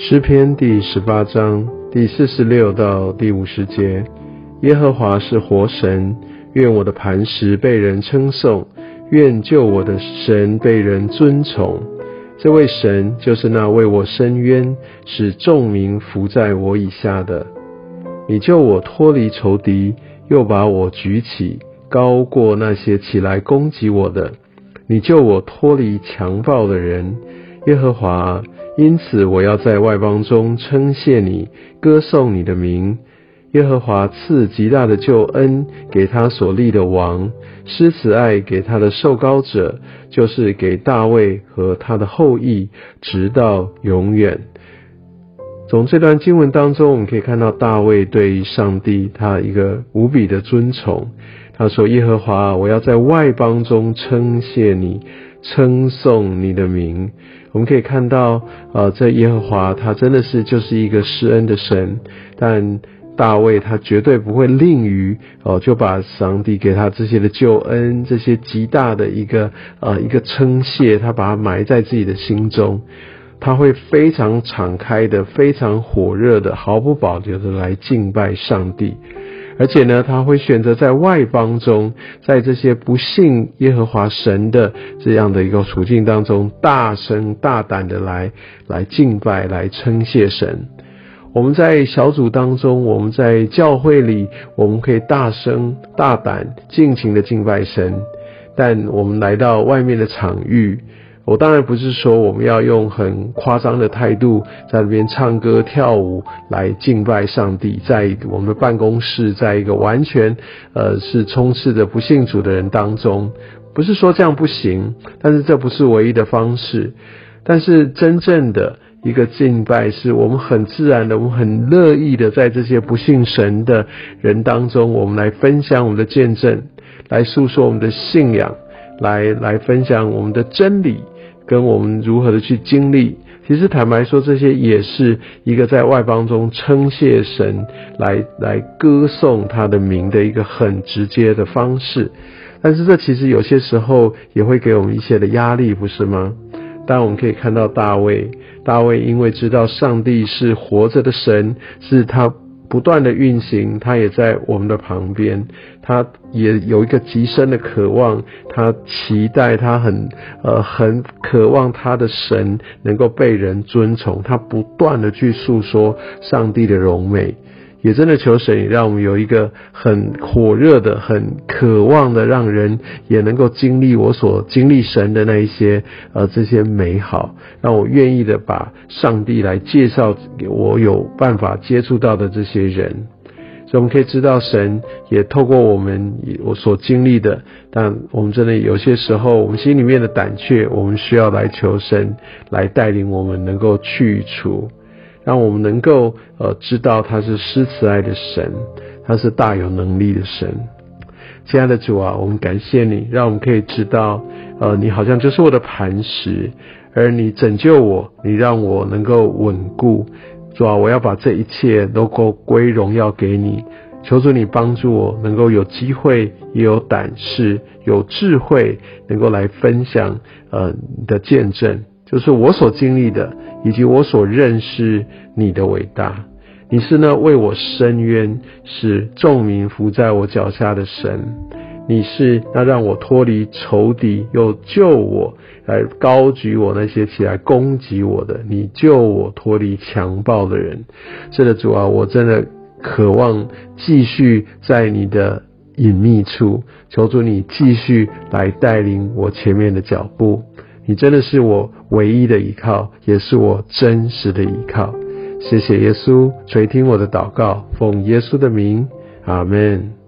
诗篇第18章第46到第50节，耶和华是活神，愿我的磐石被人称颂，愿救我的神被人尊崇。这位神就是那为我伸冤，使众民伏在我以下的。你救我脱离仇敌，又把我举起，高过那些起来攻击我的。你救我脱离强暴的人，耶和华，因此我要在外邦中称谢你，歌颂你的名。耶和华赐极大的救恩给他所立的王，施慈爱给他的受膏者，就是给大卫和他的后裔，直到永远。从这段经文当中，我们可以看到大卫对上帝他一个无比的尊崇。他说，耶和华，我要在外邦中称谢你，称颂你的名。我们可以看到这耶和华他真的是就是一个施恩的神，但大卫他绝对不会吝于就把上帝给他这些的救恩，这些极大的一个称谢，他把它埋在自己的心中。他会非常敞开的，非常火热的，毫不保留的来敬拜上帝。而且呢，他会选择在外邦中，在这些不信耶和华神的这样的一个处境当中，大声大胆的来敬拜，来称谢神。我们在小组当中，我们在教会里，我们可以大声大胆尽情的敬拜神。但我们来到外面的场域，我当然不是说我们要用很夸张的态度在那边唱歌跳舞来敬拜上帝，在我们的办公室，在一个完全是充斥着不信主的人当中，不是说这样不行，但是这不是唯一的方式。但是真正的一个敬拜是我们很自然的，我们很乐意的在这些不信神的人当中，我们来分享我们的见证，来诉说我们的信仰，来分享我们的真理，跟我们如何的去经历。其实坦白说，这些也是一个在外邦中称谢神，来歌颂他的名的一个很直接的方式。但是这其实有些时候也会给我们一些的压力，不是吗？当然我们可以看到大卫因为知道上帝是活着的神，是他不断的运行，他也在我们的旁边，他也有一个极深的渴望，他期待，他很渴望他的神能够被人尊崇，他不断的去诉说上帝的荣美。也真的求神也让我们有一个很火热的，很渴望的，让人也能够经历我所经历神的那一些这些美好，让我愿意的把上帝来介绍给我有办法接触到的这些人。所以我们可以知道神也透过我所经历的，但我们真的有些时候我们心里面的胆怯，我们需要来求神来带领我们能够去除，让我们能够知道他是施慈爱的神，他是大有能力的神。亲爱的主啊，我们感谢你，让我们可以知道你好像就是我的磐石，而你拯救我，你让我能够稳固。主啊，我要把这一切都够归荣耀给你，求主你帮助我能够有机会，也有胆识，有智慧，能够来分享你的见证，就是我所经历的，以及我所认识你的伟大。你是那为我伸冤，使众民伏在我脚下的神。你是那让我脱离仇敌，又救我，来高举我那些起来攻击我的。你救我脱离强暴的人。是的，主啊，我真的渴望继续在你的隐秘处，求主你继续来带领我前面的脚步。你真的是我唯一的依靠，也是我真实的依靠。谢谢耶稣垂听我的祷告，奉耶稣的名，阿们。